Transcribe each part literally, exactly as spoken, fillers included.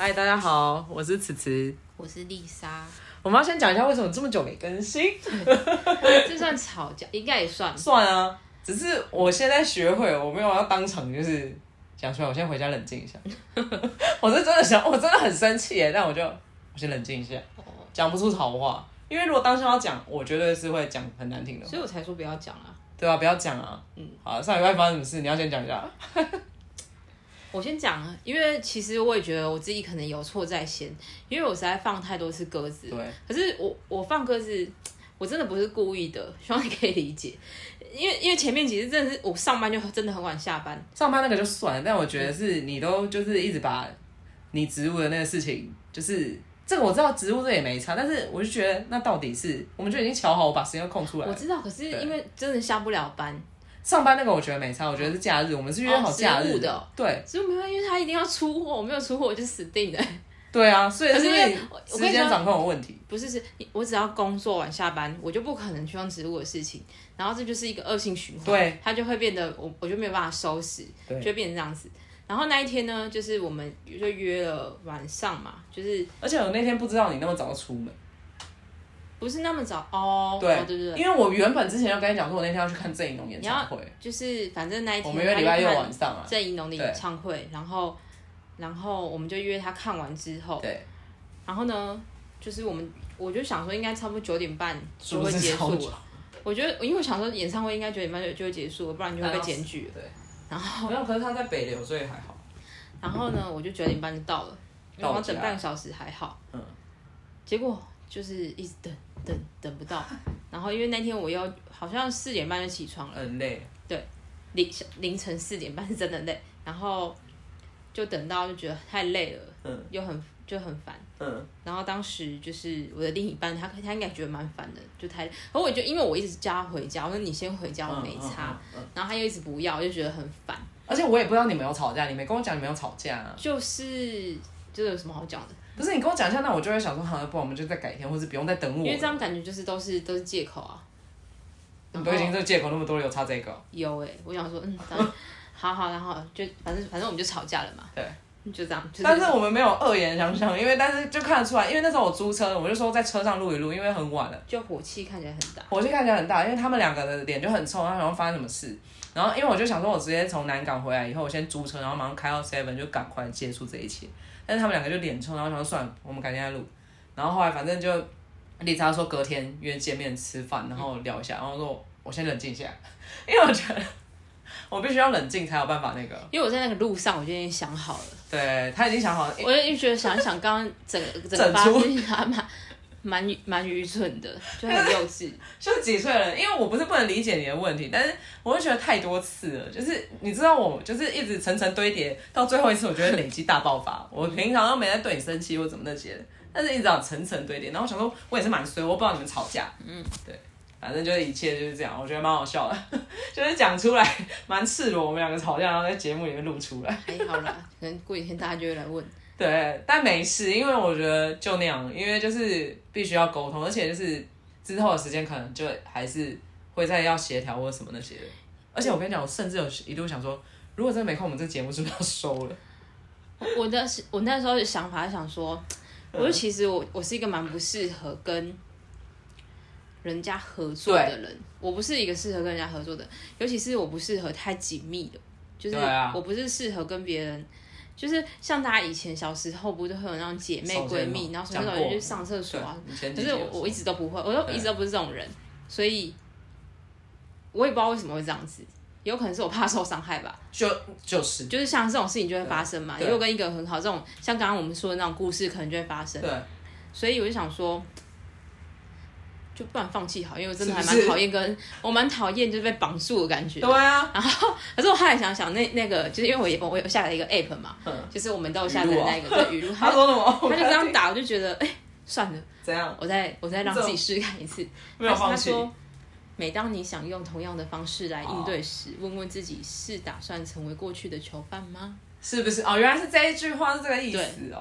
嗨，大家好，我是慈慈， 我是丽莎。 我们要先讲一下为什么这么久没更新。 这算吵架，应该也算。 算啊，只是我现在学会了，我没有要当场就是讲出来，我先回家冷静一下。我是真的想，我真的很生气耶，但我就我先冷静一下，讲不出好话。因为如果当下要讲，我绝对是会讲很难听的话， 所以我才说不要讲啊。 对啊，不要讲啊。嗯，好，上礼拜发生什么事？你要先讲一下。 我先讲啊，因为其实我也觉得我自己可能有错在先，因为我实在放太多次鸽子。 对。 可是我我放鸽子，我真的不是故意的，希望你可以理解。因为因为前面其实真的是我上班就真的很晚下班， 上班那个就算了，但我觉得是你都就是一直把你职务的那个事情，就是这个我知道职务这也没差，但是我就觉得那到底是我们就已经瞧好，我把时间空出来了。 我知道，可是因为真的下不了班。 上班那个我觉得没差，我觉得是假日，我们是约好假日的。 哦、 对， 职务没办法，因为他一定要出货，我没有出货我就死定了。 对啊，所以是因为时间掌控有问题。 不是，是我只要工作完下班，我就不可能去用职务的事情，然后这就是一个恶性循环。 对， 它就会变得我我就没有办法收拾，就会变成这样子。然后那一天呢，就是我们就约了晚上嘛，就是而且我那天不知道你那么早出门。 不是那么早哦， 对、 哦、对对对， 因为我原本之前要跟你讲说，我那天要去看郑宜农演唱会， 就是反正那一天我们约礼拜六晚上啊， 郑宜农的演唱会，然后然后我们就约他看完之后， 对， 然后呢，就是我们我就想说应该差不多九点半就会结束了，我觉得因为我想说演唱会应该九点半就就会结束了，不然就会被检举了， 对， 然后没有，可是他在北流，所以还好。 然后呢，我就九点半就到了，因为我要等半个小时还好，嗯，结果就是一直等。等等不到，然后因为那天我又好像四点半就起床了， 很累。对， 凌凌晨四点半是真的累，然后就等到就觉得太累了，嗯，又很就很烦，嗯，然后当时就是我的另一半他他应该觉得蛮烦的，就太，然后我就因为我一直叫他回家，我说你先回家，我没差，嗯嗯嗯、然后他又一直不要，我就觉得很烦。而且我也不知道你们有吵架，你没跟我讲你们有吵架啊？ 就是就是有什么好讲的？ 不是你跟我讲一下，那我就会想说，好，不然我们就再改天，或是不用再等我。 因为这样感觉就是都是都是借口啊。 你都已经这个借口那么多了，有差这个？ 有哎、欸，我想说，嗯，好好，然后就反正反正我们就吵架了嘛。 对， 就这样。就是、 但是我们没有恶言相向，因为但是就看得出来，因为那时候我租车，我就说在车上录一录，因为很晚了。 就火气看起来很大。 火气看起来很大，因为他们两个的脸就很臭，然后想说发生什么事。然后因为我就想说，我直接从南港回来以后，我先租车，然后马上开到 seven 就赶快结束这一切。但是他们两个就脸臭，然后想说算了，我们改天再录。然后后来反正就丽莎说隔天约见面吃饭，然后聊一下，然后说我先冷静一下，因为我觉得我必须要冷静才有办法那个。 因为我在那个路上我就已经想好了。 对，他已经想好了。 我就觉得想一想，刚刚整个整个发生他蛮蛮蛮愚蠢的，就很幼稚。 就是几岁人，因为我不是不能理解你的问题，但是我会觉得太多次了，就是你知道我就是一直层层堆叠，到最后一次我觉得累积大爆发。我平常都没在对你生气或怎么那些的，但是一直要层层堆叠。然后我想说，我也是蛮衰，我不知道你们吵架。嗯，对，反正就是一切就是这样，我觉得蛮好笑的，就是讲出来蛮赤裸，我们两个吵架，然后在节目里面录出来。 还好啦，可能过几天大家就会来问。 对，但没事，因为我觉得就那样，因为就是必须要沟通，而且就是之后的时间可能就还是会再要协调或什么那些的。而且我跟你讲，我甚至有一度想说，如果真的没空，我们这个节目是不是要收了？ 我的我那时候的想法想说，我说其实我我是一个蛮不适合跟人家合作的人，我不是一个适合跟人家合作的，尤其是我不适合太紧密的，就是我不是适合跟别人。就是像大家以前小时候不是会有那种姐妹闺蜜，然后什么时候就去上厕所啊，可是我我一直都不会，我都一直都不是这种人，所以我也不知道为什么会这样子，有可能是我怕受伤害吧， 就就是就是像这种事情就会发生嘛，如果跟一个很好这种像刚刚我们说的那种故事，可能就会发生，对，所以我就想说。就不然放弃好，因为我真的还蛮讨厌跟我蛮讨厌就是被绑住的感觉。 对啊。 然后，可是我后来想想，那那个就是因为我也我有下载一个 app 嘛，嗯、就是我们都有下载那个对语录。 他说什么？ 他就这样打，我就觉得哎、欸，算了。 怎样？ 我再我再让自己试看一次。 没有放弃。 他说，每当你想用同样的方式来应对时，问问自己是打算成为过去的囚犯吗？ 是不是？哦，原来是这一句话是这个意思哦。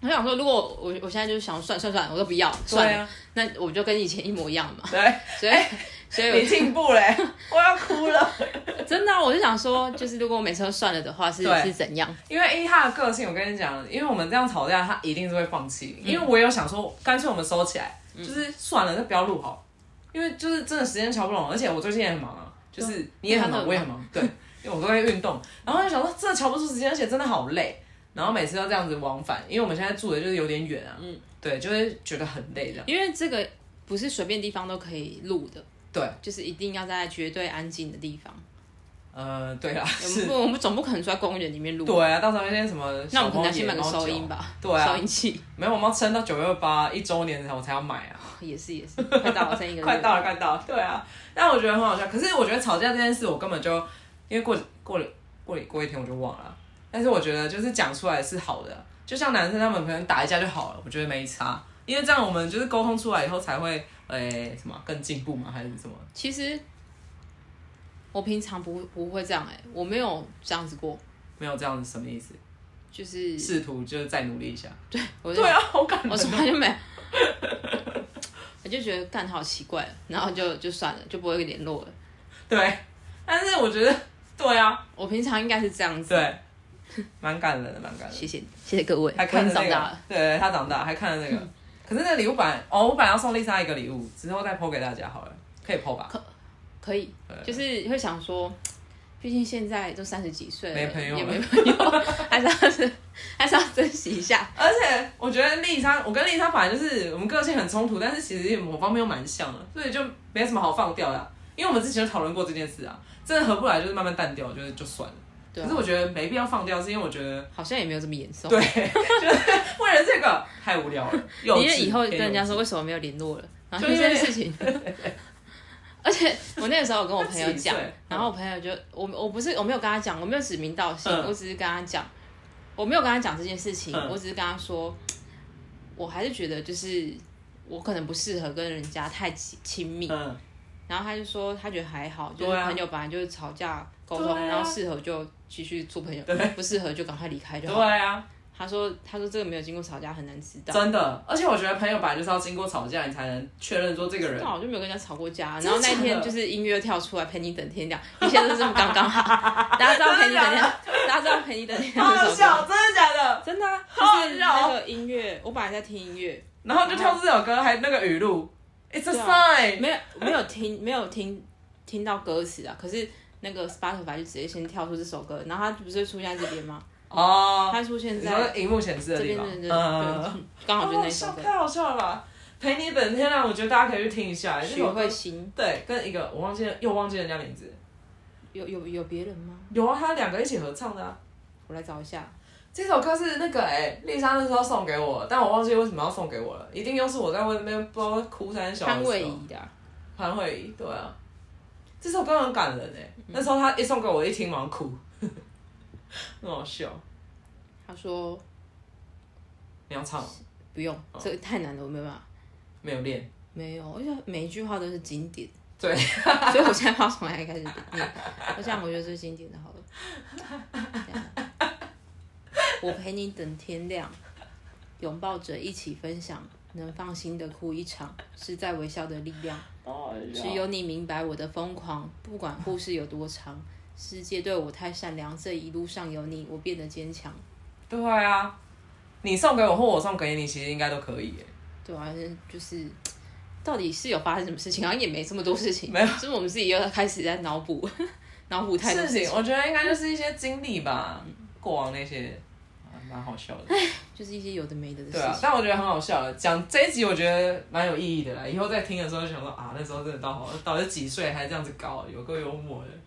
我想说，如果我我现在就是想算算算，我都不要算了，啊、那我就跟以前一模一样嘛。 对， 所以所以你进步嘞，我要哭了。 真的、啊，我就想说，就是如果我每次都算了的话是，是是怎样？ 因为依他的个性，我跟你讲，因为我们这样吵架，他一定是会放弃。嗯、因为我有想说，干脆我们收起来，嗯、就是算了，就不要录好。因为就是真的时间瞧不拢，而且我最近也很忙啊，就是你也很忙，我也很忙，对，因为我都在运动，然后就想说，真的瞧不出时间，而且真的好累。然后每次都这样子往返，因为我们现在住的就是有点远啊，嗯，对，就会觉得很累这样。 因为这个不是随便地方都可以录的， 对， 就是一定要在绝对安静的地方。 呃，对啦， 是，我们总不可能住在公园里面录。 对啊，到时候那些什么， 那我们可能先买个收音吧， 对啊， 收音器。 没有，我们要撑到九月八一周年我才要买啊。 也是也是，快到了，剩一个月。 快到了，快到了，对啊。但我觉得很好笑，可是我觉得吵架这件事，我根本就因为过过了过了过一天我就忘了。但是我觉得就是讲出来是好的，就像男生他们可能打一架就好了，我觉得没差，因为这样我们就是沟通出来以后才会诶、欸、什么更进步吗？还是什么？ 其实我平常不不会这样哎、欸，我没有这样子过。 没有这样子什么意思？ 就是试图就是再努力一下。 对，我对啊，好感人、喔。 我从来就没有，我就觉得干好奇怪了，然后就就算了，就不会联络了。 对，但是我觉得对啊， 我平常应该是这样子。 对。蛮感人的，蛮感人的。 谢谢你，谢谢各位。 还看着那个， 长大了对他长大还看着那个。可是那个礼物本来，哦，我本来要送丽莎一个礼物，之后再 po 给大家好了，可以 po 吧？ 可可以，就是会想说，毕竟现在都三十几岁了， 没朋友了， 也没朋友，还是要是还是要珍惜一下。 而且我觉得丽莎，我跟丽莎本来就是我们个性很冲突，但是其实某方面又蛮像的，所以就没什么好放掉的、啊。因为我们之前就讨论过这件事啊，真的合不来就是慢慢淡掉，就是就算了。啊、可是我觉得没必要放掉，是因为我觉得好像也没有这么严重。 对，就是为了这个太无聊了。因为以后跟人家说为什么没有联络了，然后这件事情。而且我那个时候有跟我朋友讲，然后我朋友就我我不是我没有跟他讲，我没有指名道姓，嗯、我只是跟他讲，我没有跟他讲这件事情，嗯、我只是跟他说，我还是觉得就是我可能不适合跟人家太亲密。嗯、然后他就說他覺得還好，就是朋友本來就是吵架溝通，啊、然後適合就繼續做朋友，不適合就趕快離開就好。 對啊。 他說他說這個沒有經過吵架很難知道。 真的，而且我覺得朋友本來就是要經過吵架，你才能確認說這個人。 那我就沒有跟人家吵過架，然後那天就是音樂跳出來陪你等天亮，一切都是這麼剛剛好。大家知道陪你等天亮，大家知道陪你等天亮。 好笑，真的假的？ 真的啊，就是那個音樂，我本來在聽音樂， 然後就跳出這首歌，還那個語錄。It's a sign，、 啊、沒有沒有聽沒有聽聽到歌詞啊，可是那個 Spotify 就直接先跳出這首歌，然後它不是會出現在這邊嗎？哦，它出現在熒幕顯示的地方， 這邊對，剛好就那首歌， 太好笑了吧！陪你等天亮，我覺得大家可以去聽一下。 許慧欣， 對，跟一個我忘記了，又忘記人家名字。 有有有別人嗎？ 有啊，他兩個一起合唱的啊。 我來找一下。 這首歌是那個哎，麗莎那時候送給我，但我忘記為什麼要送給我了。一定又是我在外面不知道哭三小的時候。 潘慧儀的。 潘慧儀，對啊。這首歌很感人哎，那時候他一送給我，一聽馬上哭，很好笑。 他說：“ 你要唱？ 不用，這個太難了，我沒辦法。 沒有練。 沒有，而且每一句話都是經典。 對， 所以我現在要從哪裡開始念？我這樣我覺得最經典的好了。我陪你等天亮，擁抱着一起分享，能放心的哭一場，是在微笑的力量。只有你明白我的瘋狂，不管故事有多長，世界對我太善良，這一路上有你，我變得堅強。” 對啊，你送給我或我送給你，其實應該都可以耶。 對啊，就是到底是有發生什麼事情，好像也沒這麼多事情。 沒有， 就是我們自己又開始在腦補，腦補太多事情。 事情我覺得應該就是一些經歷吧，嗯、過往那些。蠻好笑的， 就是一些有的沒的的事情。 對啊，但我覺得很好笑的。講這一集我覺得蠻有意義的啦，以後在聽的時候就想說啊，那時候真的到好，到底幾歲還這樣子搞，有夠幽默的。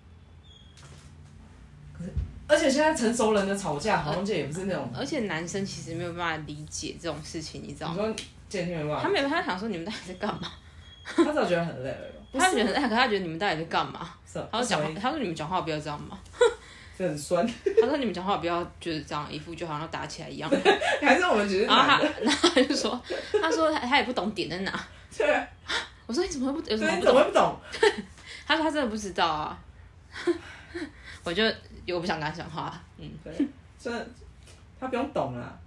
可是，而且現在成熟人的吵架好像就也不是那種。 而且男生其實沒有辦法理解這種事情，你知道嗎？ 你說見天沒辦法。 他沒有，他想說你們到底在幹嘛？ 他只有覺得很累了。 他覺得很累，可他覺得你們到底在幹嘛？ 是。 他說講，他說你們講話不要這樣嘛。 很酸。 他說：“你們講話不要就是這樣，一副就好像打起來一樣。” 還是我們只是男的。然後他， 然後他就說：“他說他他也不懂點在哪。” 對。 我說：“你怎麼會不有什麼不懂？” 怎麼會不懂？ 他說：“他真的不知道啊。”我就我不想跟他講話。嗯， 對，真的，他不用懂啦。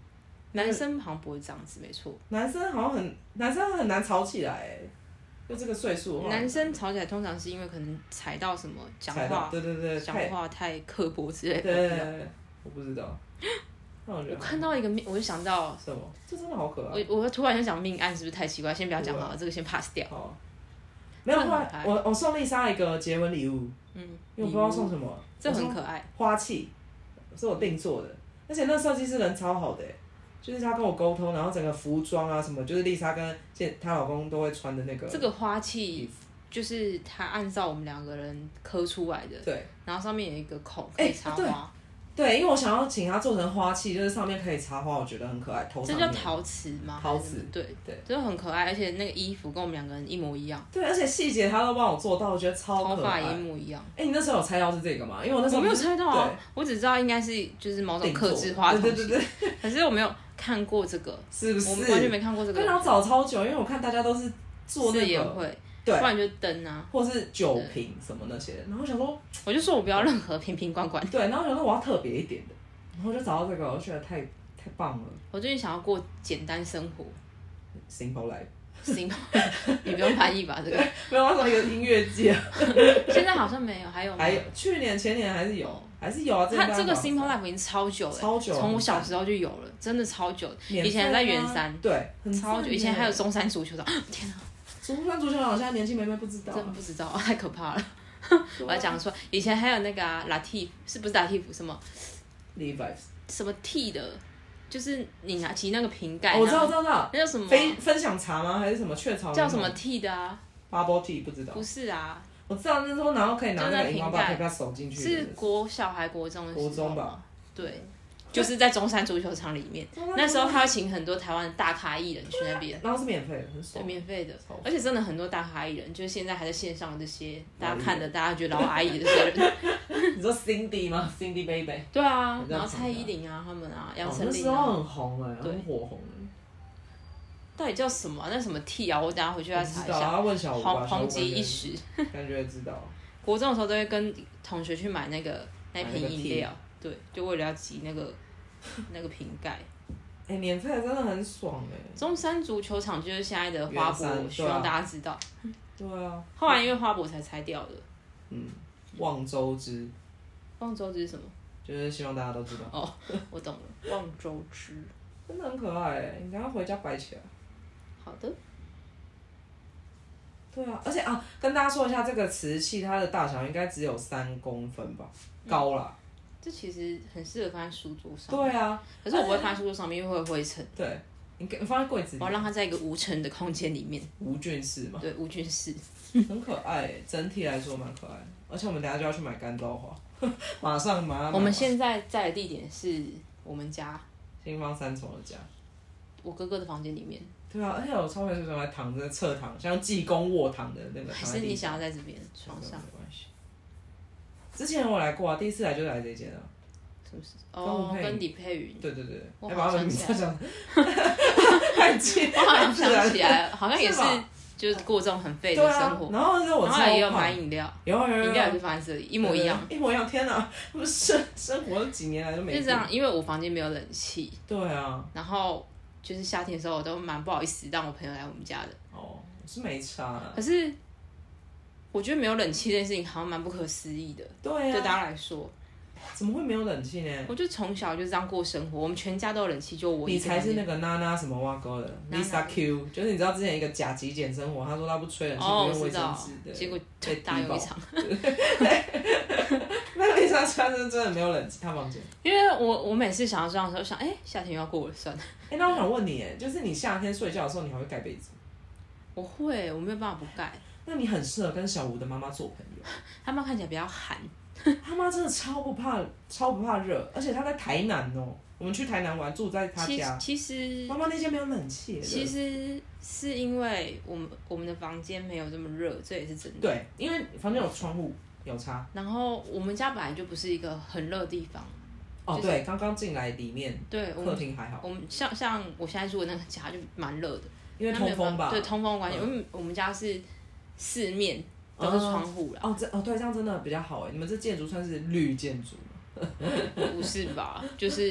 男生好像不会这样子，没错。 男生好像很男生很难吵起来哎，就这个岁数。 男生吵起来通常是因为可能踩到什么讲话， 对对对， 讲话太刻薄之类的。 对对对，我不知道。我, 我看到一个命，我就想到什么？这真的好可爱。我我突然就讲命案，是不是太奇怪？先不要讲好了，这个先 pass 掉。 好。没有，后来我我送丽莎一个结婚礼物，嗯，因为我不知道送什么。 这很可爱。 花器，是我定做的，而且那设计师人超好的，就是他跟我沟通，然后整个服装啊什么，就是丽莎跟她老公都会穿的那个。 这个花器就是他按照我们两个人刻出来的， 对， 然后上面有一个孔可以插花。欸对，因为我想要请他做成花器，就是上面可以插花，我觉得很可爱。头上这叫陶瓷吗？ 陶瓷， 对对， 真的很可爱，而且那个衣服跟我们两个人一模一样。 对，而且细节他都帮我做到，我觉得超可爱。 头发也一模一样。 哎、欸，你那时候有猜到是这个吗？因为我那时候我没有猜到啊，我只知道应该是就是某种客制化的东西。对对对对。可是我没有看过这个， 是不是？ 我完全没看过这个。 非常找超久，因为我看大家都是做那个。 也会。 对， 不然就灯啊， 或是酒瓶什么那些。然后我想说， 我就说我不要任何瓶瓶罐罐。 对，然后我想说我要特别一点的。然后就找到这个，我觉得太太棒了。 我最近想要过简单生活 ，simple life， simple， 你不用翻译吧？这个没有，我说一个音乐季啊。 现在好像没有，还有吗？ 还有，去年前年还是有，还是有啊。 它这个 simple life 已经超久了， 超久， 从我小时候就有了，真的超久。以前在圆山， 对， 超久。以前还有中山足球场，天啊！ 中山足球场现在年轻妹妹不知道， 真不知道，太可怕了。我要讲说，以前还有那个啊 Latif， 是不是 Latif 什么？什么 T 的，就是你拿起那个瓶盖， 我知道，我知道， 那叫什么？ 分分享茶吗？还是什么雀巢？ 叫什么 T 的啊 ？Bubble Tea 不知道。 不是啊， 我知道那时候，然后可以拿那个荧光棒，可以把它手进去。 是国小还国中的时候？ 国中吧。 对，就是在中山足球场里面。那时候他要请很多台湾的大咖艺人去那边， 然后是免费的，很爽。 对，免费的，而且真的很多大咖艺人，就是现在还在线上的这些大家看的，大家觉得老阿姨的这些人。 你说 Cindy 吗 ？Cindy Baby。 对啊，然后蔡依林啊，他们啊，杨丞琳啊， 那时候很红哎，很火红。 到底叫什么？那什么 T 啊？我等下回去再查一下。 要问小吴吧， 红极一时， 感觉知道。 国中的时候都会跟同学去买那个那瓶饮料，对，就为了要挤那个那个瓶盖。 哎，免费的真的很爽哎。 中山足球场就是现在的花博，希望大家知道。 对啊。 后来因为花博才拆掉的。 嗯。望州之。 望州之是什么？ 就是希望大家都知道。 哦，我懂了，望州之。 真的很可爱哎，你赶快回家摆起来。 好的。 对啊，而且啊，跟大家说一下，这个瓷器它的大小应该只有三公分吧，高啦。 这其实很适合放在书桌上。 对啊， 可是我不会放在书桌上面，因为会有灰尘。 对，你你放在柜子里。 我要让它在一个无尘的空间里面。 无菌室嘛。 对，无菌室。 很可爱，整体来说蛮可爱的。而且我们等一下就要去买干燥花，马上马上。 我们现在在的地点是我们家新芳三重的家， 我哥哥的房间里面。 对啊，而且我超美，就是还躺着侧躺，像济公卧躺的那个。 还是你想要在这边床上？ 没关系。之前我来过啊，第一次来就来这间啊。 是不是？哦，跟李佩云。 对对对， 我好像想起来。 太近， 我好像想起来了，好像也是，就是过这种很废的生活。 然后那我然后也有买饮料， 有有有， 饮料也是放在这里，一模一样， 一模一样。天哪，我们生生活几年来都没。 就这样，因为我房间没有冷气。 对啊。 然后就是夏天的时候，我都蛮不好意思让我朋友来我们家的。 哦，是没差。 可是我觉得没有冷气这件事情好像蛮不可思议的。 对啊。 对大家来说。 怎么会没有冷气呢？ 我就从小就这样过生活，我们全家都有冷气，就我一个。 你才是那个娜娜什么挖沟的 Lisa Q， 就是你知道之前一个假极简生活，他说他不吹冷气， 哦、 不用卫生纸的， 结果大有一场。 那 Lisa 穿是真的没有冷气，他房间。 因为我我每次想要这样的时候，想哎、欸、夏天又要过了，算了。 哎、欸，那我想问你，哎，就是你夏天睡觉的时候，你还会盖被子？ 我会，我没有办法不盖。 那你很适合跟小吴的妈妈做朋友。 他妈看起来比较寒。 他妈真的超不怕，超不怕热，而且他在台南哦。我们去台南玩，住在他家。 其实妈妈那间没有冷气。 其实是因为我们我们的房间没有这么热，这也是真的。 对，因为房间有窗户，有差。 然后我们家本来就不是一个很热的地方。 哦，就是、对，刚刚进来里面， 对， 客厅还好。 我们像像我现在住的那个家就蛮热的， 因为通风吧。 对，通风关系，因为我们家是四面。都是窗户啦。 哦，这哦对，这样真的比较好哎。你们这建筑算是绿建筑吗？ 不是吧？就是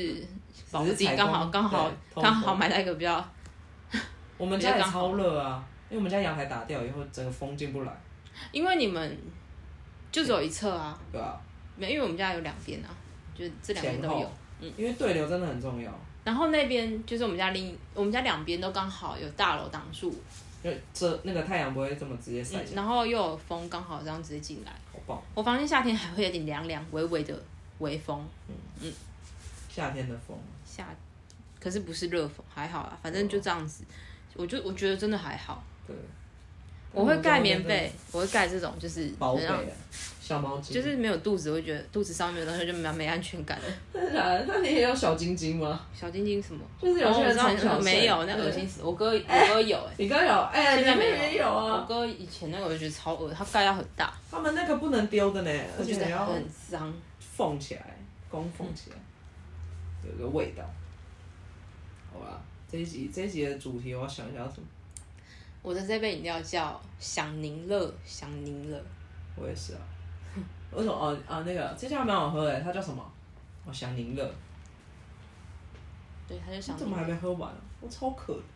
保护自己，刚好刚好刚好买到一个比较。 我们家也超热啊，因为我们家阳台打掉以后，整个风进不来。 因为你们就只有一侧啊。 对啊。 没，因为我们家有两边啊，就是这两边都有。 嗯。因为对流真的很重要。 然后那边就是我们家另我们家两边都刚好有大楼挡住， 就这那个太阳不会这么直接晒进来、 嗯，然后又有风刚好这样直接进来。 好棒！ 我房间夏天还会有点凉凉，微微的微风。嗯嗯。夏天的风。 夏，可是不是热风，还好啦，反正就这样子。我就我觉得真的还好。 对。 我会盖棉被，我会盖这种就是薄被啊，小毛巾， 就是没有肚子，我会觉得肚子上面的东西就蛮没安全感的。 真的假的？那你也有小晶晶吗？ 小晶晶什么？ 就是有些人超小没有，那恶心死。我哥我哥有哎、欸， 你哥有哎， 现在没也有啊。 我哥以前那个我就觉得超恶，他盖到很大。 他们那个不能丢的呢，而且还要很脏， 缝起来，公缝起来，有个味道。好吧，这一集这一集的主题我要想一下什么。 我的这杯饮料叫享宁乐，享宁乐。 我也是啊。为什么？哦啊，那个这家蛮好喝的，它叫什么？哦，享宁乐。 对，它就享宁乐。 怎么还没喝完啊？我超渴的。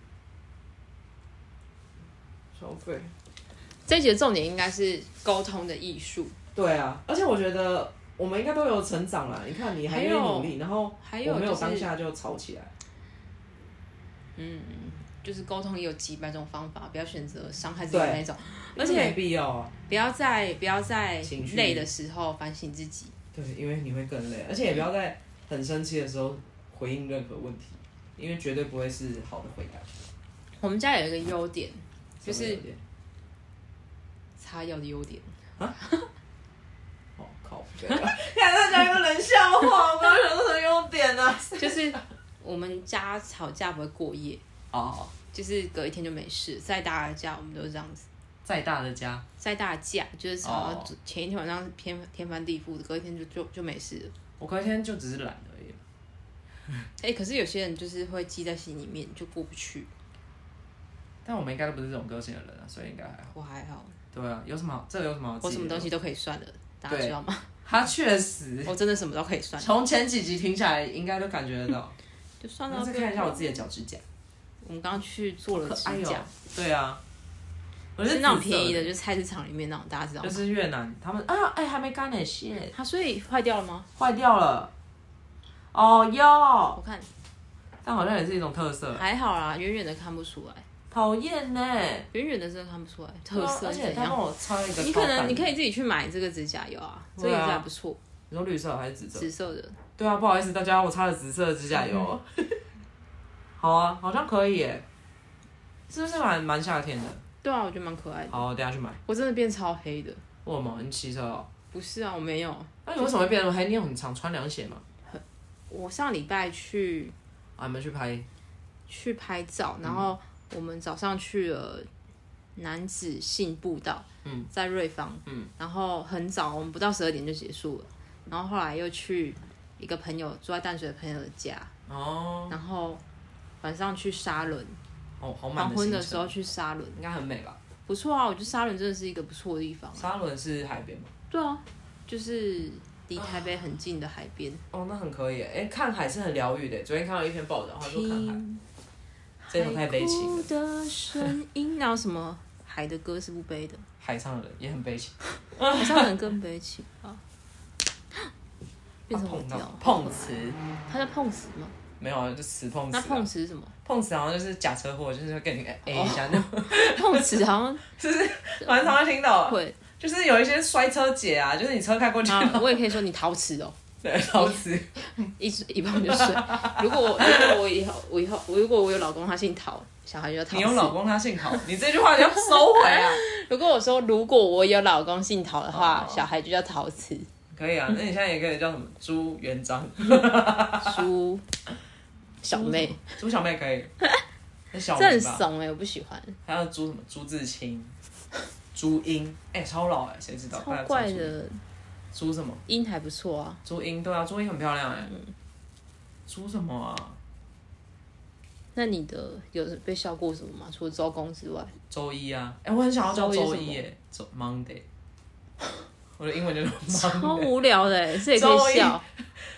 消费。 这一集的重点应该是沟通的艺术。 对啊，而且我觉得我们应该都有成长啦。你看，你还愿意努力，然后我没有当下就吵起来。 嗯。就是沟通也有几百种方法，不要选择伤害自己的那种，而且没必要啊！ 不要在不要在累的时候反省自己。 对，因为你会更累，而且也不要在很生气的时候回应任何问题，因为绝对不会是好的回答。 我们家有一个优点，就是擦药的优点啊。哦靠！看他讲一个冷笑话，我刚刚想说什么优点呢？ 就是我们家吵架不会过夜。哦，就是隔一天就没事。再大的架，我们都是这样子。 再大的架， 再大的架，就是吵到前一天晚上天天翻地覆，隔一天就就就没事了。 我隔一天就只是懒而已。 哎、欸，可是有些人就是会记在心里面，就过不去。 但我们应该都不是这种个性的人啊，所以应该还好。 我还好。 对啊，有什么好？这个有什么好记的？ 我什么东西都可以算的，大家知道吗？ 他确实， 我真的什么都可以算。 从前几集听下来，应该都感觉得到。 就算了。 我再看一下我自己的脚趾甲。 我们刚刚去做了指甲， 对啊，我是那种便宜的，就是菜市场里面那种，大家知道吗？ 就是越南，他们啊，哎、欸，还没干呢，谢。 它所以坏掉了吗？ 坏掉了。哦哟。我看， 但好像也是一种特色。 还好啦，远远的看不出来。 讨厌呢， 远远的真的看不出来特色。 而且他帮我抄一个， 你可能你可以自己去买这个指甲油啊，这个也还不错。 你说绿色还是紫色？ 紫色的。 对啊，不好意思大家，我擦了紫色的指甲油。好啊，好像可以耶。是不是蛮蛮夏天的？ 对啊，我觉得蛮可爱的。 好，等一下去买。 我真的变超黑的。 为什么？你骑车哦？ 不是啊，我没有。 那你为什么会变那么黑？你有很常穿凉鞋吗？ 我上礼拜去， 啊，你们去拍？ 去拍照，然后我们早上去了南子信步道，嗯，在瑞芳，嗯，然后很早，我们不到十二点就结束了，然后后来又去一个朋友住在淡水的朋友的家，哦，然后晚上去沙仑。 哦，好满的行程。 黄昏的时候去沙仑， 应该很美吧？ 不错啊，我觉得沙仑真的是一个不错的地方。 沙仑是海边吗？ 对啊，就是离台北很近的海边。 哦，那很可以。哎，看海是很疗愈的。昨天看到一篇报道，他说看海，这首太悲情了。 的声音，然后什么海的歌是不悲的？ 海上的人也很悲情， 海上的人更悲情啊！变成碰到碰瓷， 他在碰瓷吗？ 没有啊，就词碰瓷。 那碰瓷是什么？ 碰瓷好像就是假车祸，就是会跟你 A 一下那种。 碰瓷好像就是蛮常会听到。 会， 就是有一些摔车姐啊，就是你车开过去。 我也可以说你陶瓷哦。 对，陶瓷。 一一碰就睡。如果我如果我以后我以后如果我有老公他姓陶，小孩就叫陶瓷。 你有老公他姓陶，你这句话你要收回啊。 如果我说如果我有老公姓陶的话，小孩就叫陶瓷。 可以啊，那你现在也可以叫什么朱元璋？ 朱。小妹， 朱小妹可以， 这很怂哎，我不喜欢。 还有朱什么？朱自清、朱茵，哎、欸，超老哎，谁知道？ 超怪的。 朱什么？ 茵还不错啊。 朱茵对啊，朱茵很漂亮哎。嗯。朱什么啊？ 那你的有被笑过什么吗？除了周公之外。 周一啊，哎、欸，我很想要叫周一耶，周 Monday。我的英文就是 Monday。 超无聊的哎，这也可以笑。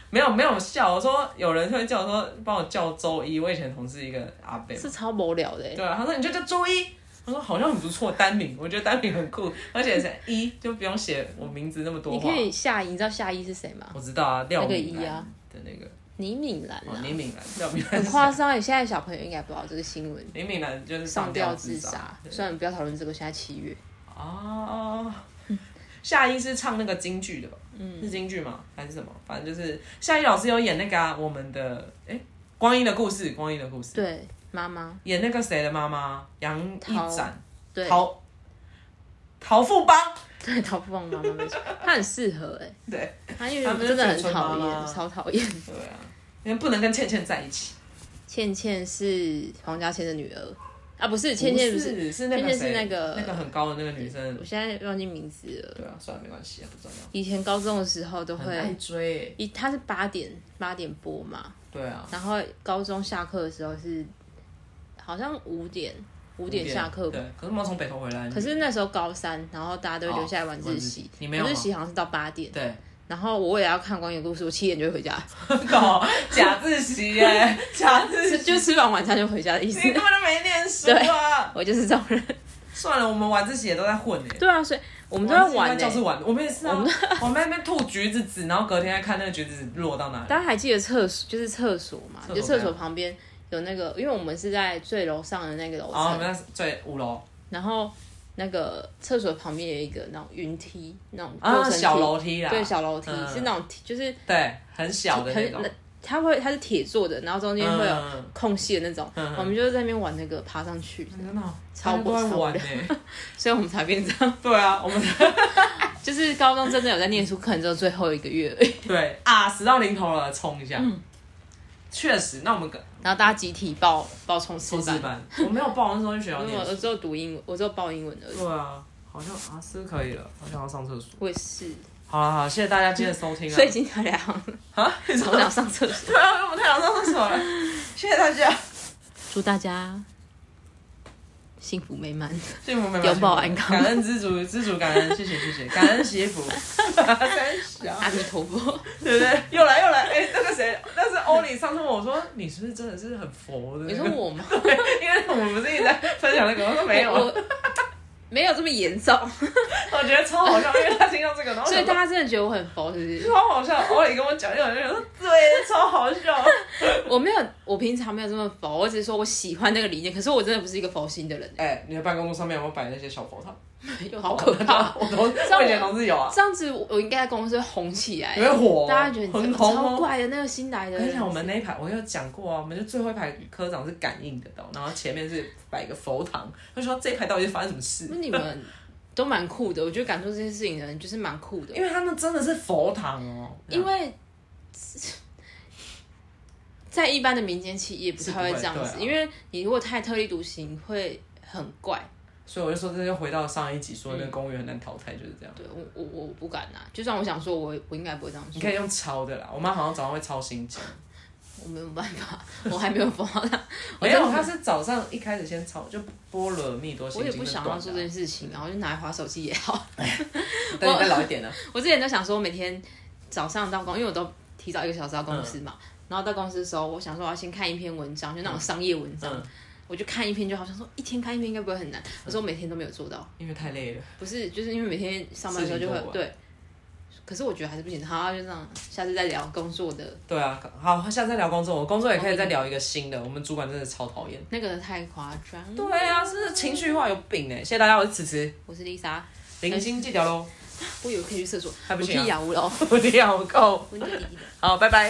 没有没有笑，我说有人会叫我说帮我叫周一，我以前同事一个阿伯， 是超无聊的。 对啊，他说你就叫周一，他说好像很不错，单名，我觉得单名很酷，而且是一就不用写我名字那么多话。 你可以夏一，你知道夏一是谁吗？ 我知道啊，廖那个敏兰一啊的那个。 倪敏兰、啊哦，倪敏兰，廖敏兰很夸张，现在小朋友应该不知道这个新闻。 倪敏兰就是上吊自杀。 虽然不要讨论这个，现在七月。 哦，夏一是唱那个京剧的吧？嗯，是京剧吗？还是什么？反正就是夏一老师有演那个、啊、我们的哎、欸，光阴的故事，光阴的故事。 对，妈妈演那个谁的妈妈？杨一展。 对。 陶陶富邦。 对，陶富邦妈妈没错，她很适合哎、欸。 对。 她因为真的很讨厌，超讨厌。 对啊，因为不能跟倩倩在一起。 倩倩是黄家千的女儿啊，不是倩倩不是， 是那个倩倩是那个那个很高的那个女生。 我现在忘记名字了。 对啊，算了，没关系啊，不重要。 以前高中的时候都会很爱追、欸， 一她是八点八点播嘛。 对啊。 然后高中下课的时候是好像五点。五点下课， 对，可是我们从北投回来。 可是那时候高三，然后大家都会留下来晚自习。 你没有吗？ 晚自习好像是到八点。 对。 然后我也要看光影故事，我七点就会回家。 搞假自习耶，假自习就吃完晚餐就回家的意思。 你根本就没念书啊！ 我就是这种人。 算了，我们晚自习也都在混哎。 对啊，所以我们都在玩教室玩，我们也是啊。我们我们那边吐橘子籽，然后隔天再看那个橘子籽落到哪里。 大家还记得厕所，就是厕所嘛，就厕所旁边。有那个，因为我们是在最楼上的那个楼层， 哦，我们在最五楼。 然后那个厕所旁边有一个那种云梯，那种啊小楼梯啦， 对，小楼梯、嗯、是那种就是对很小的那种， 它会它是铁做的，然后中间会有空隙的那种，嗯、我们就在那边玩那个爬上去， 真的超不玩的， 所以我们才变这样。 对啊，我们就是高中真的有在念书，可能只有最后一个月而已。 对啊，死到临头了，冲一下。嗯确实，那我们然后大家集体报报冲刺班， 班，我没有报，那时候去学校念。 我只有读英文，我只有报英文而已。 对啊，好像啊是可以了，好像要上厕所。 我也是。 好了好，谢谢大家今天的收听啊。 所以今天聊啊，你从想上厕所？ 对啊，我们太想上厕所了。谢谢大家， 祝大家幸福美满， 幸福美满， 永保安康， 感恩知足，知足感恩，谢谢谢谢，感恩惜福， 阿弥陀佛， 对不对？又来又来，哎、欸，那个谁，那是欧里上次问我说，你是不是真的是很佛的、那個？ 你说我吗？ 对，因为我们不是一直在分享那个，我说没有，我没有这么严重， 我觉得超好笑，因为他听到这个，然后所以大家真的觉得我很佛，是不是？ 超好笑，欧里跟我讲，有人说对，超好笑。 我没有，我平常没有这么佛，我只是说我喜欢那个理念，可是我真的不是一个佛心的人。 哎、欸，你的办公桌上面有没有摆那些小佛堂？ 有，好可怕！ 我同我以前同事有啊。 这样子我应该在公司会红起来， 你会火， 大家觉得很红超怪的那个新来的。 我跟你讲，我们那一排我有讲过啊，我们就最后一排科长是感应的，然后前面是摆个佛堂，他说这一排到底是发生什么事？ 那你们都蛮酷的，我觉得敢做这件事情的人就是蛮酷的， 因为他们真的是佛堂哦。 因为在一般的民间企业不太会这样子，啊、因为你如果太特立独行会很怪。 所以我就说，这就回到上一集说那个公务员很难淘汰，就是这样。 对我我我不敢啊，就算我想说我，我我应该不会这样说。 你可以用抄的啦，我妈好像早上会抄心经。 我没有办法，我还没有佛他。 没有，他是早上一开始先抄，就般若蜜多心经。 我也不想要做这件事情，然后就拿来滑手机也好。 等你再老一点呢。 我之前都想说，每天早上到公，因为我都提早一个小时到公司嘛，嗯、然后到公司的时候，我想说我要先看一篇文章，就那种商业文章。嗯我就看一篇就好，想说一天看一篇应该不会很难。可是我每天都没有做到， 因为太累了。 不是，就是因为每天上班的时候就会对。可是我觉得还是不行，好，就这样，下次再聊工作的。 对啊，好，下次再聊工作。我工作也可以再聊一个新的。我们主管真的超讨厌。 那个太夸张。 对啊，是情绪化有病哎！谢谢大家，我是慈慈， 我是 Lisa， 零星记条喽。 我以为可以去厕所， 还不行啊。 我可以咬了， 我咬够。好，拜拜。